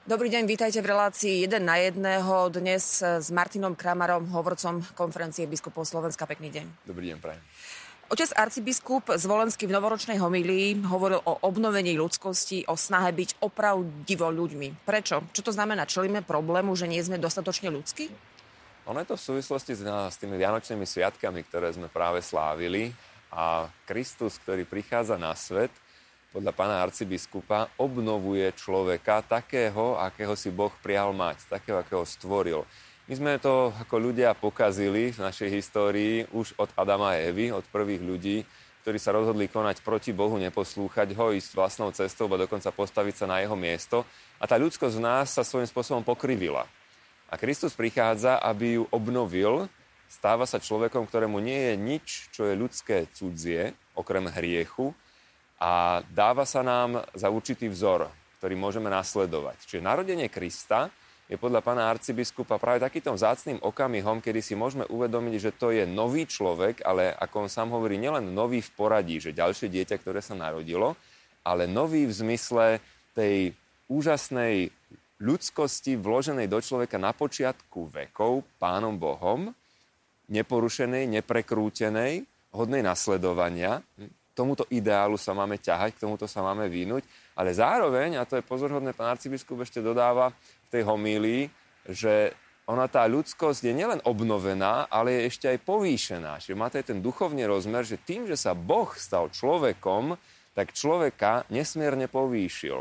Dobrý deň, vítajte v relácii 1 na 1. Dnes s Martinom Kramarom, hovorcom konferencie biskupov Slovenska. Pekný deň. Dobrý deň, prajem. Otec arcibiskup Zvolenský v novoročnej homílii hovoril o obnovení ľudskosti, o snahe byť opravdivo ľuďmi. Prečo? Čo to znamená? Čelíme problému, že nie sme dostatočne ľudskí? Ono je to v súvislosti s tými vianočnými sviatkami, ktoré sme práve slávili. A Kristus, ktorý prichádza na svet, podľa pána arcibiskupa, obnovuje človeka takého, akého si Boh prial mať, takého, akého stvoril. My sme to ako ľudia pokazili v našej histórii už od Adama a Evy, od prvých ľudí, ktorí sa rozhodli konať proti Bohu, neposlúchať ho, ísť vlastnou cestou, a dokonca postaviť sa na jeho miesto. A tá ľudskosť v nás sa svojím spôsobom pokrivila. A Kristus prichádza, aby ju obnovil, stáva sa človekom, ktorému nie je nič, čo je ľudské cudzie, okrem hriechu, a dáva sa nám za určitý vzor, ktorý môžeme nasledovať. Čiže narodenie Krista je podľa pána arcibiskupa práve takýmto vzácnym okamihom, kedy si môžeme uvedomiť, že to je nový človek, ale ako on sám hovorí, nielen nový v poradí, že ďalšie dieťa, ktoré sa narodilo, ale nový v zmysle tej úžasnej ľudskosti vloženej do človeka na počiatku vekov Pánom Bohom, neporušenej, neprekrútenej, hodnej nasledovania. Tomuto ideálu sa máme ťahať, k tomuto sa máme vynúť, ale zároveň, a to je pozorhodné, pán arcibiskup ešte dodáva v tej homílii, že ona tá ľudskosť je nielen obnovená, ale je ešte aj povýšená. Čiže má to aj ten duchovný rozmer, že tým, že sa Boh stal človekom, tak človeka nesmierne povýšil.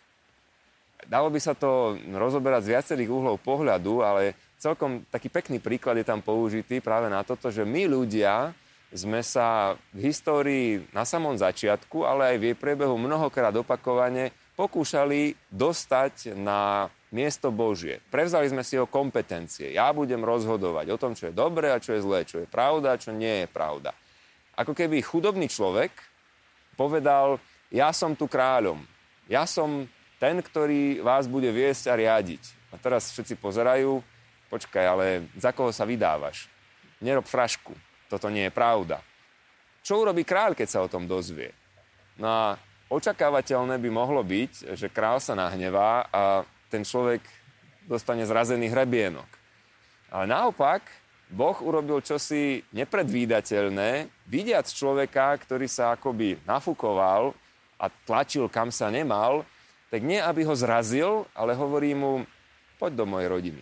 Dalo by sa to rozoberať z viacerých uhlov pohľadu, ale celkom taký pekný príklad je tam použitý práve na toto, že my ľudia sme sa v histórii na samom začiatku, ale aj v jej priebehu mnohokrát opakovane pokúšali dostať na miesto Božie. Prevzali sme si jeho kompetencie. Ja budem rozhodovať o tom, čo je dobré a čo je zlé, čo je pravda a čo nie je pravda. Ako keby chudobný človek povedal, ja som tu kráľom, ja som ten, ktorý vás bude viesť a riadiť. A teraz všetci pozerajú, počkaj, ale za koho sa vydávaš? Nerob frašku. Toto nie je pravda. Čo urobí kráľ, keď sa o tom dozvie? No a očakávateľné by mohlo byť, že kráľ sa nahnevá a ten človek dostane zrazený hrebienok. Ale naopak, Boh urobil čosi nepredvídateľné, vidiac človeka, ktorý sa akoby nafúkoval a tlačil, kam sa nemal, tak nie, aby ho zrazil, ale hovorí mu, poď do mojej rodiny.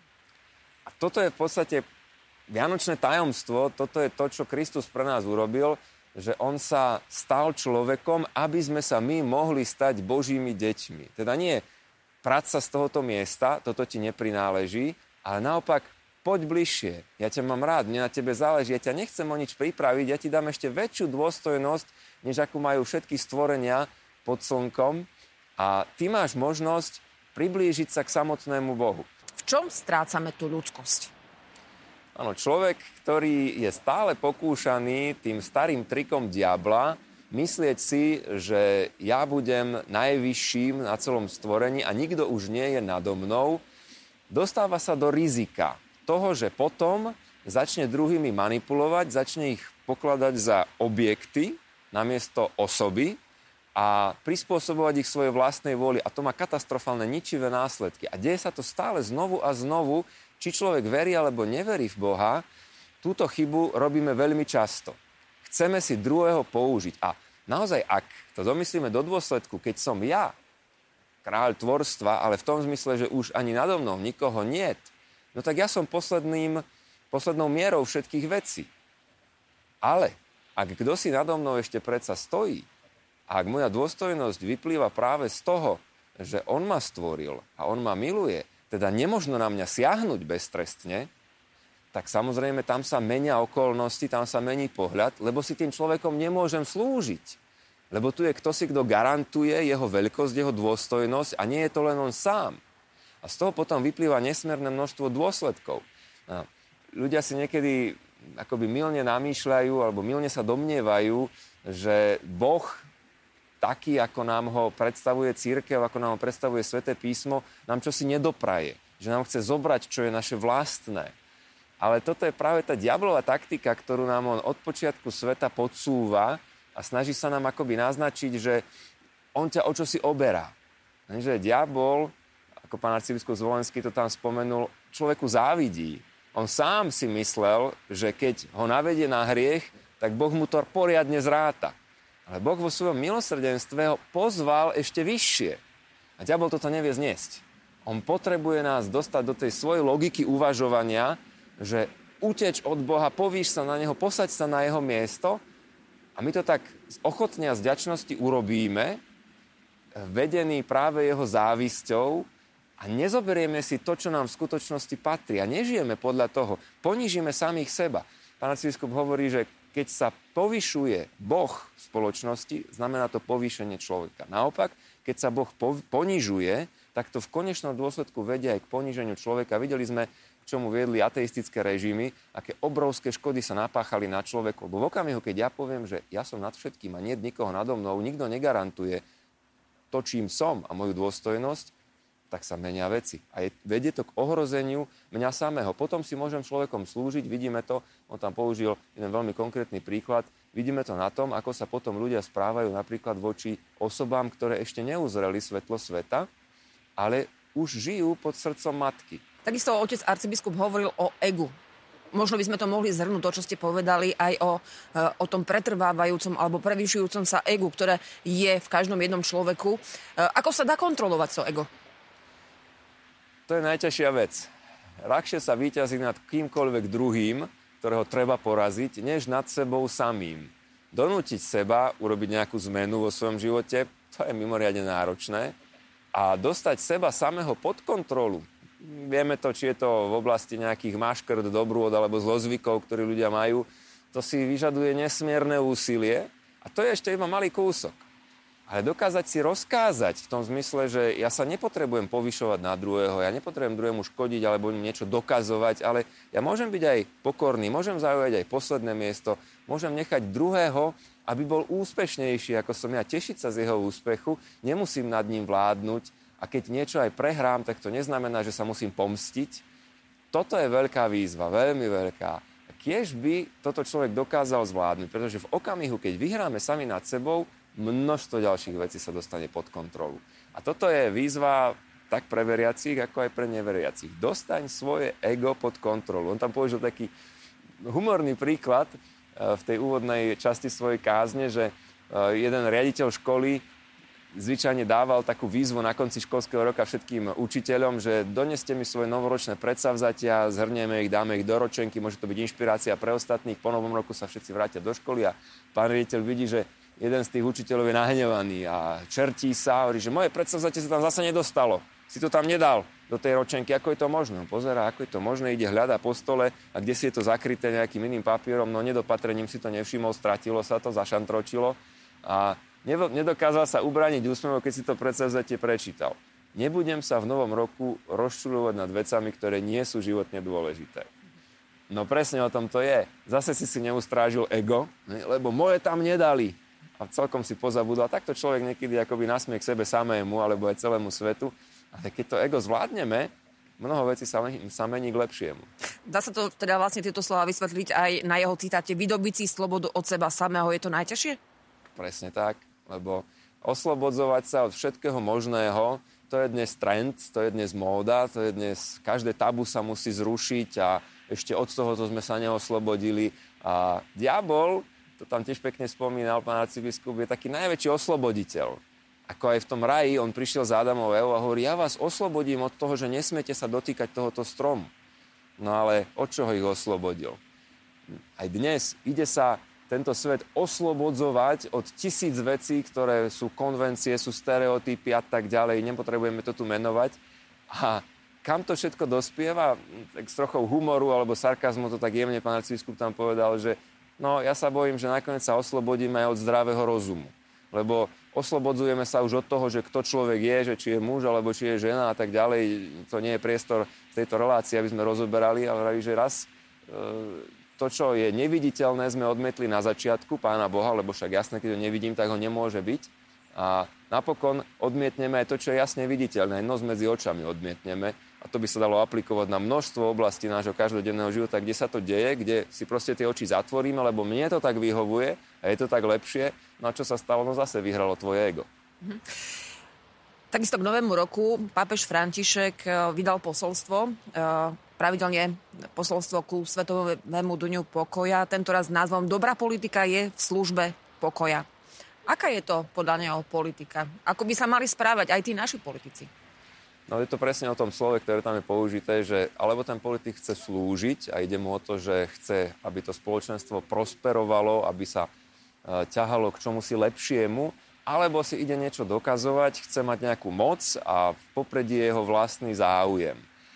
A toto je v podstate vianočné tajomstvo, toto je to, čo Kristus pre nás urobil, že on sa stal človekom, aby sme sa my mohli stať Božími deťmi. Teda nie prať sa z tohoto miesta, toto ti neprináleží, ale naopak poď bližšie, ja ťa mám rád, mne na tebe záleží, ja ťa nechcem o nič pripraviť, ja ti dám ešte väčšiu dôstojnosť, než akú majú všetky stvorenia pod slnkom a ty máš možnosť priblížiť sa k samotnému Bohu. V čom strácame tú ľudskosť? Áno, človek, ktorý je stále pokúšaný tým starým trikom diabla, myslieť si, že ja budem najvyšším na celom stvorení a nikto už nie je nado mnou, dostáva sa do rizika toho, že potom začne druhými manipulovať, začne ich pokladať za objekty namiesto osoby a prispôsobovať ich svojej vlastnej vôli. A to má katastrofálne ničivé následky. A deje sa to stále znovu a znovu. Či človek verí alebo neverí v Boha, túto chybu robíme veľmi často. Chceme si druhého použiť. A naozaj, ak to domyslíme do dôsledku, keď som ja kráľ tvorstva, ale v tom zmysle, že už ani nado mnou nikoho niet, no tak ja som poslednou mierou všetkých vecí. Ale ak kto si nado mnou ešte predsa stojí, a ak moja dôstojnosť vyplýva práve z toho, že on ma stvoril a on ma miluje, teda nemožno na mňa siahnuť beztrestne, tak samozrejme tam sa menia okolnosti, tam sa mení pohľad, lebo si tým človekom nemôžem slúžiť. Lebo tu je ktosi, kto garantuje jeho veľkosť, jeho dôstojnosť a nie je to len on sám. A z toho potom vyplýva nesmierne množstvo dôsledkov. A ľudia si niekedy akoby mylne namýšľajú alebo mylne sa domnievajú, že Boh taký, ako nám ho predstavuje cirkev, ako nám ho predstavuje Sväté písmo, nám čosi nedopraje. Že nám chce zobrať, čo je naše vlastné. Ale toto je práve tá diablová taktika, ktorú nám on od počiatku sveta podsúva a snaží sa nám akoby naznačiť, že on ťa o čosi oberá. Že diabol, ako pán arcibiskup Zvolenský to tam spomenul, človeku závidí. On sám si myslel, že keď ho navedie na hriech, tak Boh mu to poriadne zráta. Ale Boh vo svojom milosrdenstve ho pozval ešte vyššie. A diabol toto nevie zniesť. On potrebuje nás dostať do tej svojej logiky uvažovania, že uteč od Boha, povíš sa na neho, posaď sa na jeho miesto a my to tak ochotne a z vďačnosti urobíme, vedení práve jeho závisťou a nezoberieme si to, čo nám v skutočnosti patrí a nežijeme podľa toho. Ponížime samých seba. Pán arcibiskup hovorí, že keď sa povyšuje Boh v spoločnosti, znamená to povýšenie človeka. Naopak, keď sa Boh ponižuje, tak to v konečnom dôsledku vedie aj k poníženiu človeka. Videli sme, k čomu viedli ateistické režimy, aké obrovské škody sa napáchali na človeku. Lebo v okamihu, keď ja poviem, že ja som nad všetkým a nie je nikoho nado mnou, nikto negarantuje to, čím som a moju dôstojnosť, tak sa menia veci. A vedie to k ohrozeniu mňa samého. Potom si môžem človekom slúžiť, vidíme to, on tam použil jeden veľmi konkrétny príklad, vidíme to na tom, ako sa potom ľudia správajú napríklad voči osobám, ktoré ešte neuzreli svetlo sveta, ale už žijú pod srdcom matky. Takisto otec arcibiskup hovoril o egu. Možno by sme to mohli zhrnúť to, čo ste povedali, aj o tom pretrvávajúcom alebo prevyšujúcom sa egu, ktoré je v každom jednom človeku. Ako sa dá kontrolovať to ego? To je najťažšia vec. Ľahšie sa víťazí nad kýmkoľvek druhým, ktorého treba poraziť, než nad sebou samým. Donútiť seba, urobiť nejakú zmenu vo svojom živote, to je mimoriadne náročné. A dostať seba samého pod kontrolu. Vieme to, či je to v oblasti nejakých maškrt, dobrôd alebo zlozvykov, ktorí ľudia majú. To si vyžaduje nesmierne úsilie a to je ešte iba malý kúsok. Ale dokázať si rozkázať v tom zmysle, že ja sa nepotrebujem povyšovať na druhého, ja nepotrebujem druhému škodiť alebo niečo dokazovať, ale ja môžem byť aj pokorný, môžem zaujať aj posledné miesto, môžem nechať druhého, aby bol úspešnejší ako som ja, tešiť sa z jeho úspechu, nemusím nad ním vládnuť a keď niečo aj prehrám, tak to neznamená, že sa musím pomstiť. Toto je veľká výzva, veľmi veľká. A kiež by toto človek dokázal zvládnuť, pretože v okamihu, keď vyhráme sami nad sebou, množstvo ďalších vecí sa dostane pod kontrolu. A toto je výzva tak pre veriacich, ako aj pre neveriacich. Dostaň svoje ego pod kontrolu. On tam použil taký humorný príklad v tej úvodnej časti svojej kázne, že jeden riaditeľ školy zvyčajne dával takú výzvu na konci školského roka všetkým učiteľom, že doneste mi svoje novoročné predsavzatia, zhrnieme ich, dáme ich do ročenky, môže to byť inšpirácia pre ostatných, po novom roku sa všetci vrátia do školy a pán riaditeľ vidí, že jeden z tých učiteľov je nahnevaný a čertí sa, hovorí, že moje predsavzatie sa tam zase nedostalo. Si to tam nedal do tej ročenky, ako je to možné? Pozerá, ako je to možné, ide hľadá po stole a kde si je to zakryté nejakým iným papierom, no nedopatrením si to nevšimol, stratilo sa to, zašantročilo a nedokázal sa ubrániť úsmevom, keď si to predsavzatie prečítal. Nebudem sa v novom roku rozčuľovať nad vecami, ktoré nie sú životne dôležité. No presne o tom to je. Zase si neustrážil ego, lebo moje tam nedali. A celkom si pozabudol. A takto človek niekedy akoby nasmie k sebe samému alebo aj celému svetu. Ale keď to ego zvládneme, mnoho vecí sa mení k lepšiemu. Dá sa to teda vlastne tieto slova vysvetliť aj na jeho citáte vydobiť si slobodu od seba samého. Je to najťažšie? Presne tak, lebo oslobodzovať sa od všetkého možného, to je dnes trend, to je dnes móda, to je dnes, každé tabu sa musí zrušiť a ešte od tohoto sme sa neoslobodili. A diabol, to tam tiež pekne spomínal pán arcibiskup, je taký najväčší osloboditeľ. Ako aj v tom raji, on prišiel za Adamom a Evou a hovorí, ja vás oslobodím od toho, že nesmiete sa dotýkať tohoto stromu. No ale od čoho ich oslobodil? Aj dnes ide sa tento svet oslobodzovať od 1000 vecí, ktoré sú konvencie, sú stereotypy a tak ďalej. Nepotrebujeme to tu menovať. A kam to všetko dospieva? Tak s trochou humoru alebo sarkazmu to tak jemne pán arcibiskup tam povedal, že no ja sa bojím, že nakoniec sa oslobodíme aj od zdravého rozumu. Lebo oslobodzujeme sa už od toho, že kto človek je, že či je muž alebo či je žena a tak ďalej. To nie je priestor v tejto relácii, aby sme rozoberali, ale že raz to, čo je neviditeľné, sme odmietli na začiatku Pána Boha, lebo však jasné, keď ho nevidím, tak ho nemôže byť. A napokon odmietneme aj to, čo je jasne viditeľné. Nos medzi očami odmietneme. A to by sa dalo aplikovať na množstvo oblastí nášho každodenného života, kde sa to deje, kde si proste tie oči zatvoríme, lebo mne to tak vyhovuje a je to tak lepšie. No a čo sa stalo? No zase vyhralo tvoje ego. Takisto k novému roku pápež František vydal posolstvo, pravidelne posolstvo ku Svetovému dňu pokoja. Tentoraz s názvom Dobrá politika je v službe pokoja. Aká je to podľa neho politika? Ako by sa mali správať aj tí naši politici? No je to presne o tom slove, ktoré tam je použité, že alebo ten politik chce slúžiť a ide mu o to, že chce, aby to spoločenstvo prosperovalo, aby sa ťahalo k čomusi lepšiemu, alebo si ide niečo dokazovať, chce mať nejakú moc a v popredí je jeho vlastný záujem.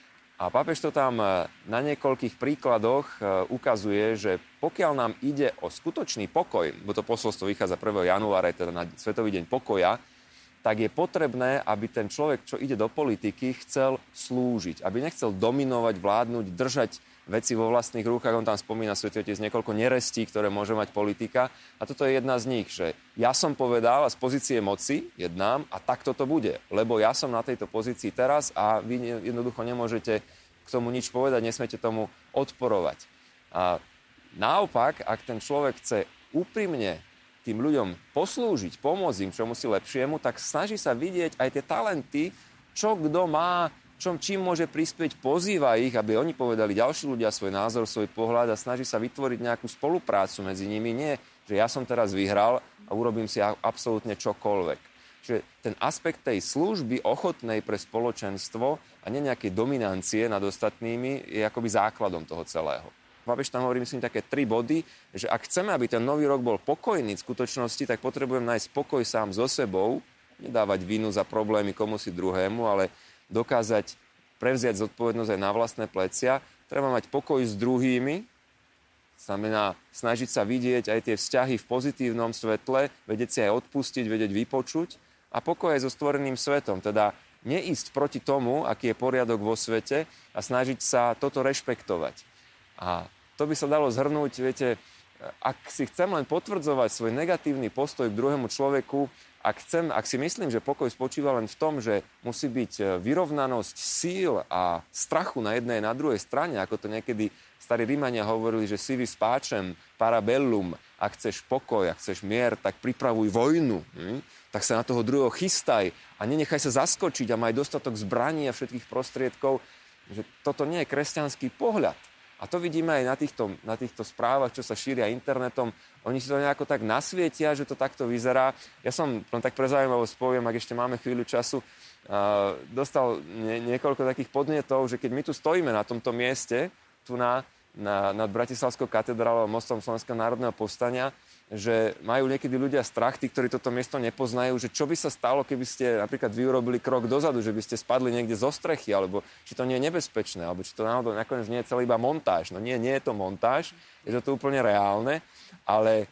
A pápež to tam na niekoľkých príkladoch ukazuje, že pokiaľ nám ide o skutočný pokoj, bo to posolstvo vychádza 1. januára, teda na Svetový deň pokoja, tak je potrebné, aby ten človek, čo ide do politiky, chcel slúžiť. Aby nechcel dominovať, vládnuť, držať veci vo vlastných rukách. On tam spomína Svätý Otec niekoľko nerestí, ktoré môže mať politika. A toto je jedna z nich, že ja som povedal a z pozície moci jednám a takto to bude. Lebo ja som na tejto pozícii teraz a vy jednoducho nemôžete k tomu nič povedať, nesmiete tomu odporovať. A naopak, ak ten človek chce úprimne tým ľuďom poslúžiť, pomôcť im čomusi lepšiemu, tak snaží sa vidieť aj tie talenty, čo kto má, čím môže prispieť, pozýva ich, aby oni povedali ďalší ľudia svoj názor, svoj pohľad a snaží sa vytvoriť nejakú spoluprácu medzi nimi. Nie, že ja som teraz vyhral a urobím si absolútne čokoľvek. Čiže ten aspekt tej služby ochotnej pre spoločenstvo a nie nejakej dominancie nad ostatnými je akoby základom toho celého. Pápež tam hovorí, myslím, také 3 body, že ak chceme, aby ten nový rok bol pokojný v skutočnosti, tak potrebujem nájsť pokoj sám so sebou, nedávať vinu za problémy komusi druhému, ale dokázať prevziať zodpovednosť aj na vlastné plecia. Treba mať pokoj s druhými, znamená snažiť sa vidieť aj tie vzťahy v pozitívnom svetle, vedieť si aj odpustiť, vedieť vypočuť a pokoj aj so stvoreným svetom, teda neísť proti tomu, aký je poriadok vo svete a snažiť sa toto rešpektovať. A to by sa dalo zhrnúť, viete, ak si chcem len potvrdzovať svoj negatívny postoj k druhému človeku, ak si myslím, že pokoj spočíva len v tom, že musí byť vyrovnanosť síl a strachu na jednej a na druhej strane, ako to niekedy starí Rímania hovorili, že si vyspáčem parabellum, ak chceš pokoj, ak chceš mier, tak pripravuj vojnu, tak sa na toho druhého chystaj a nenechaj sa zaskočiť a maj dostatok zbraní a všetkých prostriedkov, že toto nie je kresťanský pohľad. A to vidíme aj na týchto správach, čo sa šíria internetom. Oni si to nejako tak nasvietia, že to takto vyzerá. Ja som, tak pre zaujímavosť poviem, ak ešte máme chvíľu času, dostal niekoľko takých podnetov, že keď my tu stojíme na tomto mieste, tu nad Bratislavskou katedrálou a mostom Slovenského národného povstania, že majú niekedy ľudia strach, tí, ktorí toto miesto nepoznajú, že čo by sa stalo, keby ste napríklad vy urobili krok dozadu, že by ste spadli niekde zo strechy, alebo či to nie je nebezpečné, alebo či to náhodou nakoniec nie je celý iba montáž. No nie je to montáž, je to úplne reálne, ale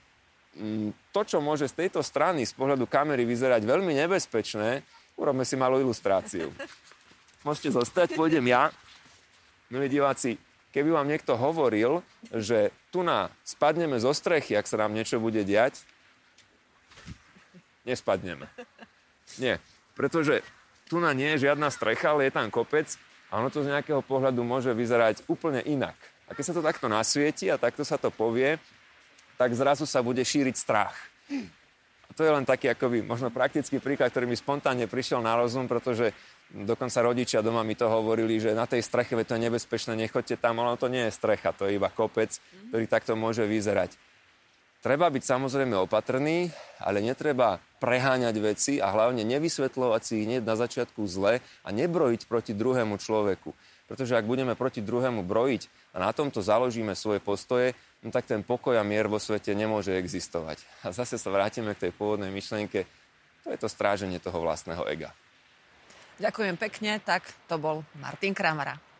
to, čo môže z tejto strany, z pohľadu kamery vyzerať veľmi nebezpečné, urobme si malú ilustráciu. Môžete zostať, pôjdem ja. Milí diváci, keby vám niekto hovoril, že tu spadneme zo strechy, ak sa nám niečo bude diať, nespadneme. Nie, pretože tu nie je žiadna strecha, ale je tam kopec a ono to z nejakého pohľadu môže vyzerať úplne inak. A keď sa to takto nasvieti a takto sa to povie, tak zrazu sa bude šíriť strach. A to je len taký akoby možno praktický príklad, ktorý mi spontánne prišiel na rozum, pretože dokonca rodičia doma mi to hovorili, že na tej streche to je nebezpečné, nechoďte tam, ale to nie je strecha, to je iba kopec, ktorý takto môže vyzerať. Treba byť samozrejme opatrný, ale netreba preháňať veci a hlavne nevysvetľovať si ich hneď na začiatku zle a nebrojiť proti druhému človeku. Pretože ak budeme proti druhému brojiť a na tomto založíme svoje postoje, no tak ten pokoj a mier vo svete nemôže existovať. A zase sa vrátime k tej pôvodnej myšlienke, to je to stráženie toho vlastného ega. Ďakujem pekne, tak to bol Martin Kramara.